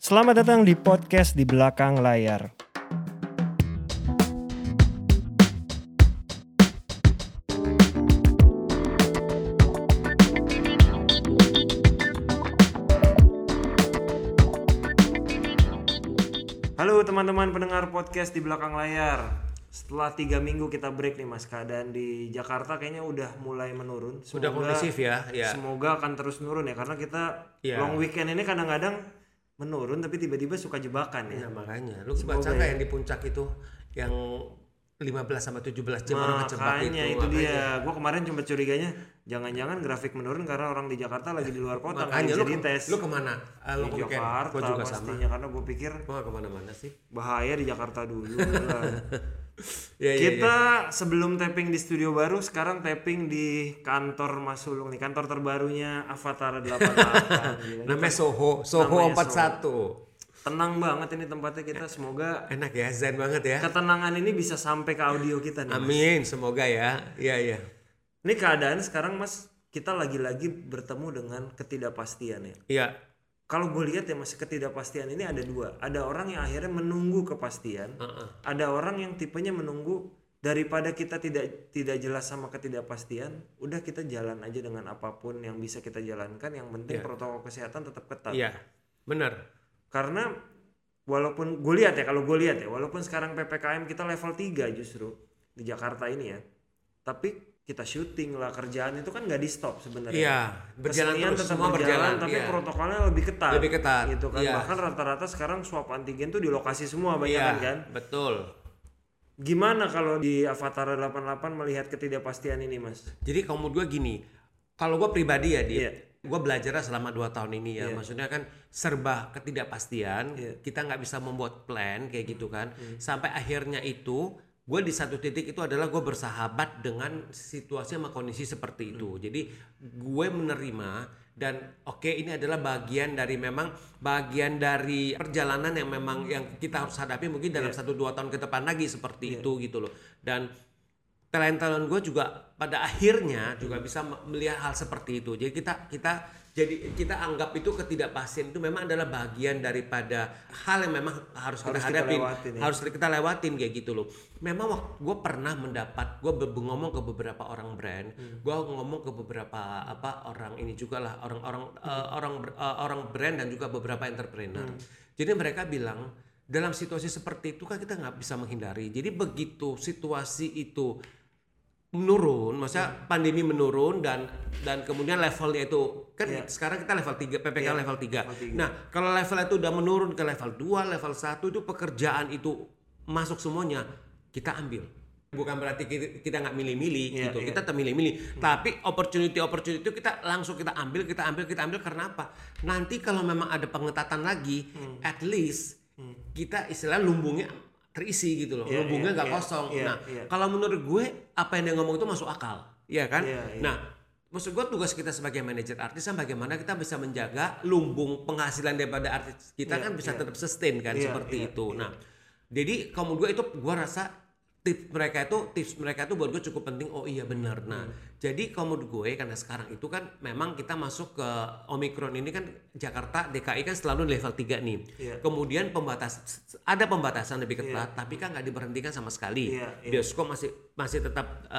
Selamat datang di podcast Di Belakang Layar. Halo teman-teman pendengar podcast Di Belakang Layar. Setelah 3 minggu kita break nih Mas, keadaan di Jakarta kayaknya udah mulai menurun. Udah kondusif ya. Semoga akan terus menurun ya, karena kita long weekend ini kadang-kadang menurun tapi tiba-tiba suka jebakan ya. Nah, makanya lu baca nggak yang di puncak itu yang 15-17 jam orang kejebak itu. Makanya itu dia. Gua kemarin cuma curiganya jangan-jangan grafik menurun karena orang di Jakarta lagi di luar kota. Makanya lu tes. Lu kemana? Lu ke Jakarta. Gua juga pastinya sama. Karena gue pikir gua kemana-mana sih. Bahaya di Jakarta dulu. Kita sebelum tapping di studio baru, sekarang tapping di kantor Mas Sulung nih, kantor terbarunya Avatar 88. Namanya Soho 41. Tenang banget ini tempatnya, kita semoga enak ya, zen banget ya. Ketenangan ini bisa sampai ke audio kita nih. Amin, Mas. Semoga ya. Iya. Ini keadaan sekarang Mas, kita lagi-lagi bertemu dengan ketidakpastian ya. Iya. Kalau gue lihat ya Mas, ketidakpastian ini ada dua. Ada orang yang akhirnya menunggu kepastian. Ada orang yang tipenya menunggu daripada kita tidak jelas sama ketidakpastian, udah kita jalan aja dengan apapun yang bisa kita jalankan. Yang penting protokol kesehatan tetap ketat. Iya, benar. Karena walaupun gue lihat ya, walaupun sekarang PPKM kita level 3 justru di Jakarta ini ya, tapi kita syuting lah, kerjaan itu kan nggak di stop sebenarnya. Iya, berjalan terus, tetap semua berjalan, tapi protokolnya lebih ketat. Gitu kan. Iya. Bahkan rata-rata sekarang swab antigen tuh di lokasi semua banyak kan. Betul. Gimana kalau di Avatar 88 melihat ketidakpastian ini Mas? Jadi kalau menurut gue gini, kalau gue pribadi ya gue belajarnya selama 2 tahun ini ya. Maksudnya kan serba ketidakpastian, kita nggak bisa membuat plan kayak gitu kan. Sampai akhirnya itu gue di satu titik itu adalah gue bersahabat dengan situasi sama kondisi seperti itu. Jadi gue menerima dan ini adalah bagian dari perjalanan yang memang yang kita harus hadapi mungkin dalam 1-2 tahun ke depan lagi seperti itu gitu loh. Dan talent gue juga pada akhirnya juga bisa melihat hal seperti itu. Jadi kita anggap itu ketidakpastian itu memang adalah bagian daripada hal yang memang harus kita hadapin, harus kita lewatin kayak gitu loh. Memang gue pernah gue ngomong ke beberapa orang brand, gue ngomong ke beberapa orang ini juga lah, orang brand dan juga beberapa entrepreneur. Jadi mereka bilang dalam situasi seperti itu kan kita nggak bisa menghindari. Jadi begitu situasi itu menurun, maksudnya pandemi menurun dan kemudian levelnya itu kan sekarang kita level 3, PPKM level 3. Nah, kalau levelnya itu udah menurun ke level 2, level 1 itu pekerjaan itu masuk semuanya kita ambil. Bukan berarti kita nggak milih-milih gitu. Kita termilih-milih. Tapi opportunity itu kita langsung kita ambil karena apa? Nanti kalau memang ada pengetatan lagi, at least kita istilah lumbungnya terisi gitu loh, lumbungnya nggak kosong. Kalau menurut gue apa yang dia ngomong itu masuk akal, ya kan? Nah, maksud gue tugas kita sebagai manajer artis kan bagaimana kita bisa menjaga lumbung penghasilan daripada artis kita kan bisa tetap sustain kan seperti itu. Nah, jadi kalau menurut gue itu gue rasa tips mereka itu buat gue cukup penting. Oh iya benar. Nah, jadi kalau menurut gue karena sekarang itu kan memang kita masuk ke Omicron ini kan Jakarta DKI kan selalu level 3 nih. Kemudian ada pembatasan lebih ketat tapi kan nggak diberhentikan sama sekali. Bioskop masih tetap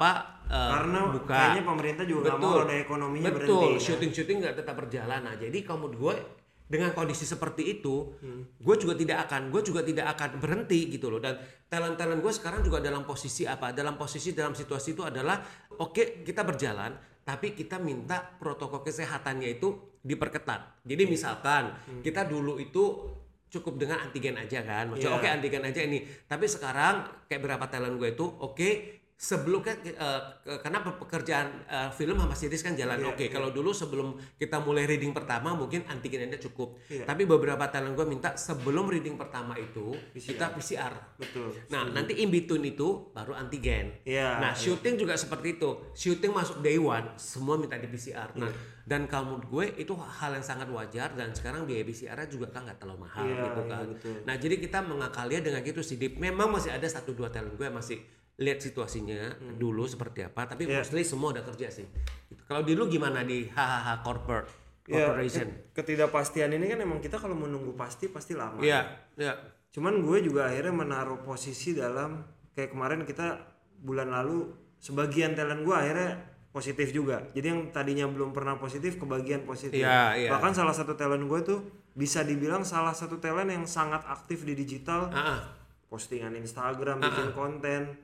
karena buka. Kayaknya pemerintah juga nggak mau ada ekonominya berhenti. Betul, syuting nggak tetap berjalan. Nah, jadi kalau menurut gue dengan kondisi seperti itu, gue juga tidak akan berhenti gitu loh. Dan talent gue sekarang juga dalam posisi dalam situasi itu adalah kita berjalan, tapi kita minta protokol kesehatannya itu diperketat. Jadi misalkan kita dulu itu cukup dengan antigen aja kan, maksudnya antigen aja ini. Tapi sekarang kayak berapa talent gue itu sebelumnya karena pekerjaan film sama series kan jalan kalau dulu sebelum kita mulai reading pertama mungkin antigennya cukup tapi beberapa talent gue minta sebelum reading pertama itu kita PCR. Betul. Nah nanti in between itu baru antigen. Nah syuting juga seperti itu, syuting masuk day one semua minta di PCR. Nah dan kalau menurut gue itu hal yang sangat wajar dan sekarang biaya PCR juga kan nggak terlalu mahal gitu kan. Nah jadi kita mengakalinya dengan gitu sih. Memang masih ada 1-2 talent gue yang masih lihat situasinya dulu seperti apa, tapi mostly semua udah kerja sih. Kalau di lu gimana di HHH Corporate? corporation. Ketidakpastian ini kan emang kita kalau menunggu pasti lama. Iya. Cuman gue juga akhirnya menaruh posisi dalam kayak kemarin kita bulan lalu sebagian talent gue akhirnya positif juga. Jadi yang tadinya belum pernah positif kebagian positif. Bahkan salah satu talent gue tuh bisa dibilang salah satu talent yang sangat aktif di digital. Postingan Instagram, bikin konten.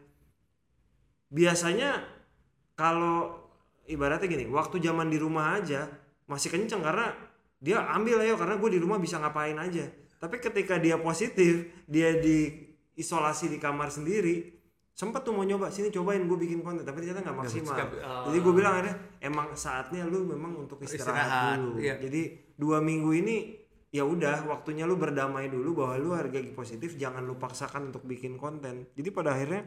Biasanya kalau ibaratnya gini, waktu zaman di rumah aja masih kenceng karena dia ambil ayo karena gue di rumah bisa ngapain aja. Tapi ketika dia positif, dia diisolasi di kamar sendiri, sempet tuh mau nyoba sini cobain gue bikin konten tapi ternyata nggak maksimal. Jadi gue bilang akhirnya emang saatnya lu memang untuk istirahat dulu. Jadi 2 minggu ini ya udah waktunya lu berdamai dulu bahwa lu lagi positif, jangan lu paksakan untuk bikin konten. Jadi pada akhirnya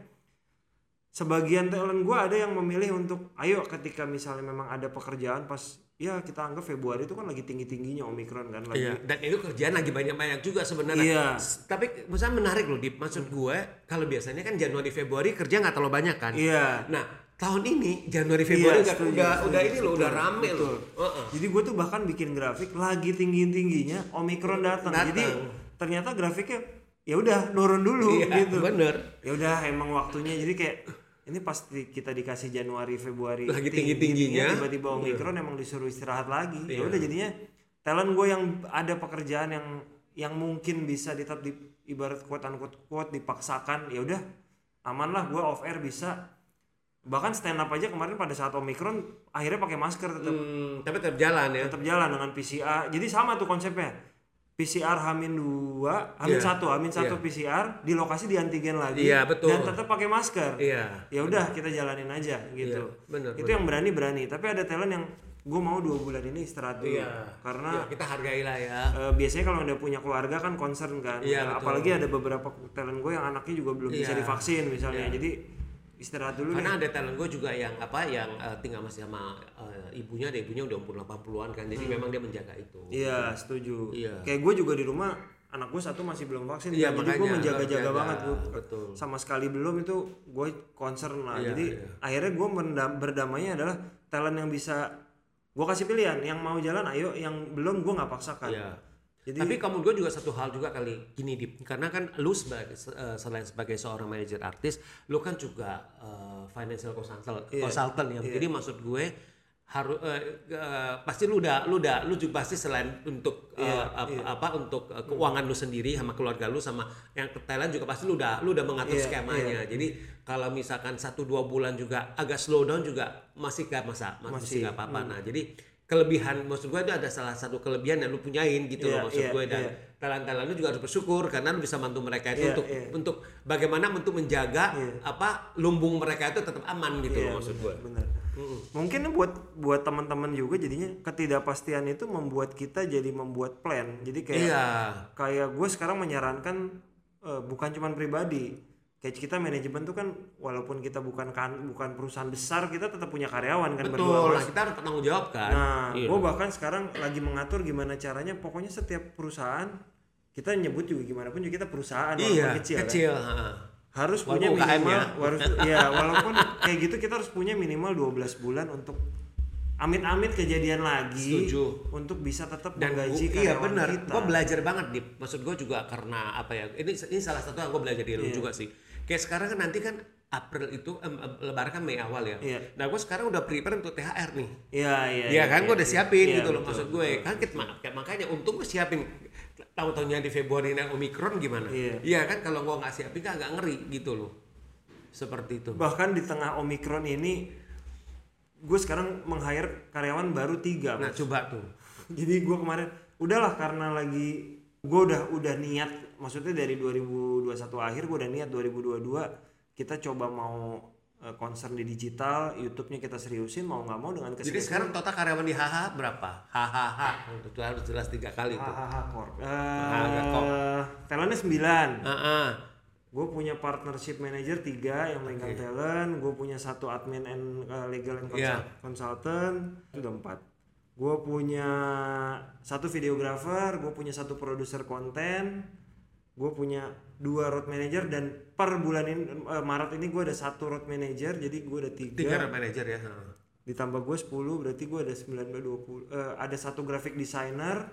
sebagian talent gue ada yang memilih untuk ayo ketika misalnya memang ada pekerjaan pas ya kita anggap Februari itu kan lagi tinggi-tingginya Omicron kan lagi. Dan itu kerjaan lagi banyak-banyak juga sebenarnya. Tapi misalnya menarik loh Dip, maksud gue kalau biasanya kan Januari Februari kerja nggak terlalu banyak kan. Nah tahun ini Januari Februari udah ini loh, udah rame loh. Jadi gue tuh bahkan bikin grafik lagi tinggi-tingginya Omicron datang. Jadi ternyata grafiknya ya udah nurun dulu gitu. Bener. Ya udah emang waktunya jadi kayak ini pasti kita dikasih Januari Februari lagi tinggi-tingginya tiba-tiba Omicron emang disuruh istirahat lagi. Ya udah jadinya talent gue yang ada pekerjaan yang mungkin bisa tetap di ibarat quote dipaksakan ya udah aman lah gue off air bisa. Bahkan stand up aja kemarin pada saat Omicron akhirnya pakai masker tetap. Tapi tetap jalan ya. Tetap jalan dengan PCR. Jadi sama tuh konsepnya. PCR H-2, H-1 PCR di lokasi di antigen lagi dan tetap pakai masker. Ya udah kita jalanin aja gitu. Itu yang berani. Tapi ada talent yang gue mau 2 bulan ini istirahat dulu karena kita hargailah ya. Biasanya kalau udah punya keluarga kan concern kan. Apalagi ada beberapa talent gue yang anaknya juga belum bisa divaksin misalnya. Jadi istirahat dulu karena ada talent gue juga yang tinggal masih sama ibunya udah umur 80-an kan, jadi memang dia menjaga itu. Iya setuju. Kayak gue juga di rumah anak gue 1 masih belum vaksin kan? Jadi gue menjaga banget gue sama sekali belum itu gue concern lah. Jadi akhirnya gue berdamainya adalah talent yang bisa gue kasih pilihan, yang mau jalan ayo, yang belum gue nggak paksakan. Jadi, tapi kamu gue juga satu hal juga kali gini Dip, karena kan lu selain sebagai seorang manajer artis, lu kan juga financial consultant ya. Jadi maksud gue harus pasti lu juga pasti selain untuk untuk keuangan lu sendiri sama keluarga lu sama yang ke Thailand juga pasti lu udah mengatur skemanya. Jadi kalau misalkan 1-2 bulan juga agak slow down juga masih nggak apa-apa. Nah jadi kelebihan maksud gue itu ada salah satu kelebihan yang lu punyain gitu loh maksud gue, dan talent-talent lu juga harus bersyukur karena lu bisa bantu mereka itu untuk bagaimana untuk menjaga lumbung mereka itu tetap aman gitu loh maksud gue. Bener. Mungkin buat teman-teman juga jadinya ketidakpastian itu membuat kita jadi membuat plan. Jadi kayak gue sekarang menyarankan bukan cuma pribadi. Kayak kita manajemen tuh kan walaupun kita bukan perusahaan besar, kita tetap punya karyawan kan. Betul, nah, kita harus bertanggung jawab kan. Nah, gue bahkan sekarang lagi mengatur gimana caranya, pokoknya setiap perusahaan kita nyebut juga gimana pun juga kita perusahaan walaupun kecil. Kan? Harus punya minimal walaupun kayak gitu kita harus punya minimal 12 bulan untuk amit-amit kejadian lagi. Setuju. Untuk bisa tetap dan menggaji karyawan bener. kita. Gue belajar banget Dip. Maksud gue juga karena ini salah satu yang gue belajar dari lu juga sih. Kayak sekarang kan nanti kan April itu Lebaran kan Mei awal ya. Nah gue sekarang udah prepare untuk THR nih. Iya kan gue udah siapin gitu loh maksud gue. Kan makanya untung gue siapin. Tahu-tahunya di Februari yang Omicron gimana? Iya kan kalau gue nggak siapin kan agak ngeri gitu loh. Seperti itu. Bahkan di tengah Omicron ini gue sekarang meng-hire karyawan baru 3. Nah coba tuh. Jadi gue kemarin udahlah karena lagi gue udah niat, maksudnya dari 2021 akhir gue udah niat 2022 kita coba mau concern di digital, YouTube-nya kita seriusin mau nggak mau dengan keseriusan. Jadi sekarang total karyawan di HH berapa? HHH itu harus jelas 3 kali tuh. HHH Corp. Talentnya 9. Gue punya partnership manager 3 yang megang talent, gue punya 1 admin and legal and consultant, itu udah 4. Gue punya 1 videographer, gue punya 1 produser konten, gue punya 2 road manager, dan per bulan ini Maret ini gue ada 1 road manager, jadi gue ada 3 road manager ya. ditambah gue 10 berarti gue ada 19 20. Ada satu graphic designer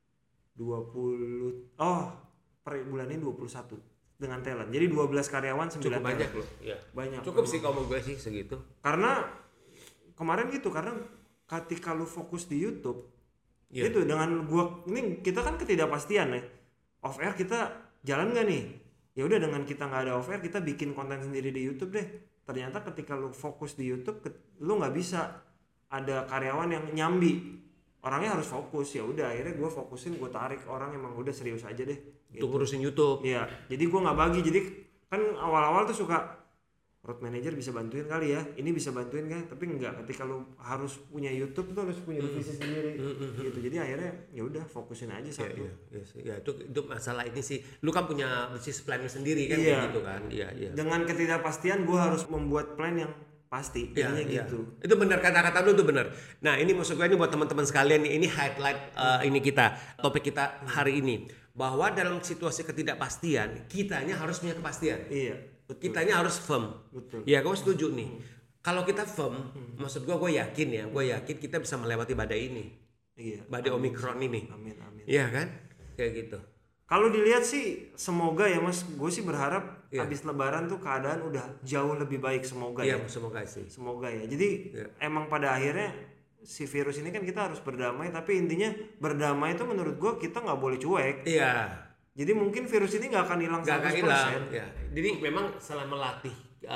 20. Per bulan ini 21 dengan talent. Jadi 12 karyawan 9 cukup banyak talent. loh. Ya. Banyak. Cukup sih kalau gue sih segitu. Karena kemarin gitu, karena ketika lu fokus di YouTube itu dengan gua ini kita kan ketidakpastian ya. Off air kita jalan nggak nih? Ya udah, dengan kita nggak ada off air kita bikin konten sendiri di YouTube deh. Ternyata ketika lu fokus di YouTube lu nggak bisa ada karyawan yang nyambi. Orangnya harus fokus, ya udah akhirnya gue fokusin, gue tarik orang emang udah serius aja deh gitu. Untuk ngurusin YouTube. Iya, jadi gue nggak bagi. Jadi kan awal-awal tuh suka road manager bisa bantuin kali ya, ini bisa bantuin kan, tapi enggak. Ketika lu harus punya YouTube tuh harus punya divisi sendiri gitu. Jadi akhirnya ya udah fokusin aja satu. Ya itu masalah ini sih. Lu kan punya bisnis plan sendiri kan kayak gitu kan. Iya. Dengan ketidakpastian gue harus membuat plan yang pasti, gitu. Itu benar, kata-kata lu itu benar. Nah, ini maksud gue ini buat teman-teman sekalian nih, ini highlight ini kita, topik kita hari ini, bahwa dalam situasi ketidakpastian, kitanya harus punya kepastian. Iya, betul. Kitanya harus firm. Betul. Ya, gue setuju nih. Kalau kita firm, maksud gue yakin kita bisa melewati badai ini. Iya. Badai Omikron ini. Amin. Iya kan? Kayak gitu. Kalau dilihat sih semoga ya Mas, gue sih berharap habis lebaran tuh keadaan udah jauh lebih baik, semoga ya. Semoga sih. Semoga ya. Jadi emang pada akhirnya si virus ini kan kita harus berdamai, tapi intinya berdamai itu menurut gue kita nggak boleh cuek. Iya. Jadi mungkin virus ini nggak akan hilang 100%. Nggak akan hilang. Ya. Jadi memang setelah melatih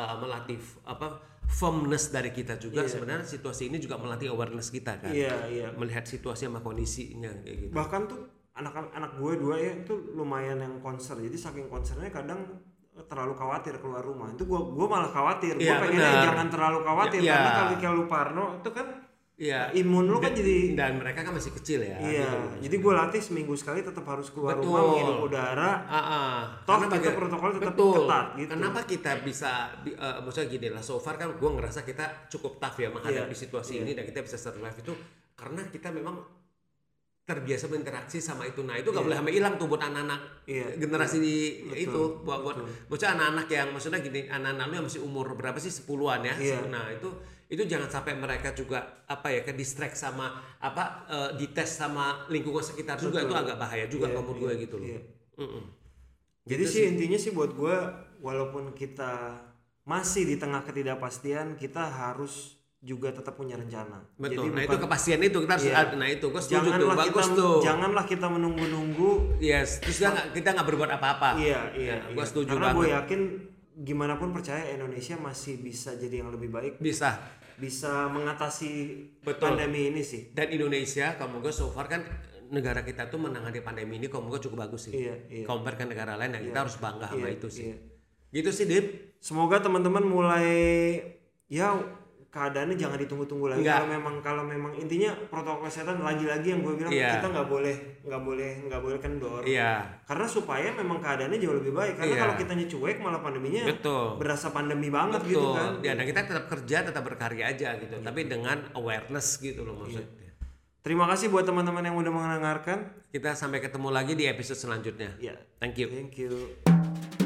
firmness dari kita juga, sebenarnya situasi ini juga melatih awareness kita kan. Iya. Melihat situasi sama kondisinya kayak gitu. Bahkan tuh anak-anak gue 2 ya itu lumayan yang concern. Jadi saking concernnya kadang terlalu khawatir keluar rumah. Itu gue malah khawatir. Gue pengennya jangan terlalu khawatir karena kalau lu parno itu kan imun lu kan jadi, dan mereka kan masih kecil ya. Iya. Gitu. Jadi gue latih seminggu sekali tetap harus keluar rumah menghirup udara. Toh kita protokol tetap ketat gitu. Kenapa kita bisa maksudnya gini lah, so far kan gue ngerasa kita cukup tough ya menghadapi situasi ini dan kita bisa survive itu karena kita memang terbiasa berinteraksi sama itu. Nah itu nggak boleh sampai hilang tuh buat anak-anak generasi itu buat bocah anak-anak yang maksudnya gini, anak-anak lu yang masih umur berapa sih, 10-an ya. Nah itu jangan sampai mereka juga ke distract sama dites sama lingkungan sekitar juga. Itu agak bahaya juga menurut gue gitu loh. Jadi sih intinya sih buat gue, walaupun kita masih di tengah ketidakpastian, kita harus juga tetap punya rencana. Betul. Jadi itu kepastian itu kita harus nah itu gue setuju tuh. Bagus tuh. Janganlah kita menunggu-nunggu. Yes. Terus kita nggak berbuat apa-apa. Iya. Gue setuju karena banget. Gue yakin gimana pun percaya Indonesia masih bisa jadi yang lebih baik. Bisa mengatasi pandemi ini sih. Dan Indonesia kalau gue so far kan negara kita tuh menangani pandemi ini kalau gue cukup bagus sih. Iya. Compare ke negara lain yang kita harus bangga sama itu sih. Gitu sih, Dip. Semoga teman-teman mulai keadaannya jangan ditunggu-tunggu lagi. Kalau memang intinya protokol kesehatan lagi-lagi yang gue bilang kita nggak boleh kendor. Karena supaya memang keadaannya jauh lebih baik. Karena kalau kitanya cuek malah pandeminya berasa pandemi banget gitu kan. Dan kita tetap kerja, tetap berkarya aja gitu. Tapi dengan awareness gitu loh maksudnya. Terima kasih buat teman-teman yang udah mendengarkan. Kita sampai ketemu lagi di episode selanjutnya. Iya. Thank you. Thank you.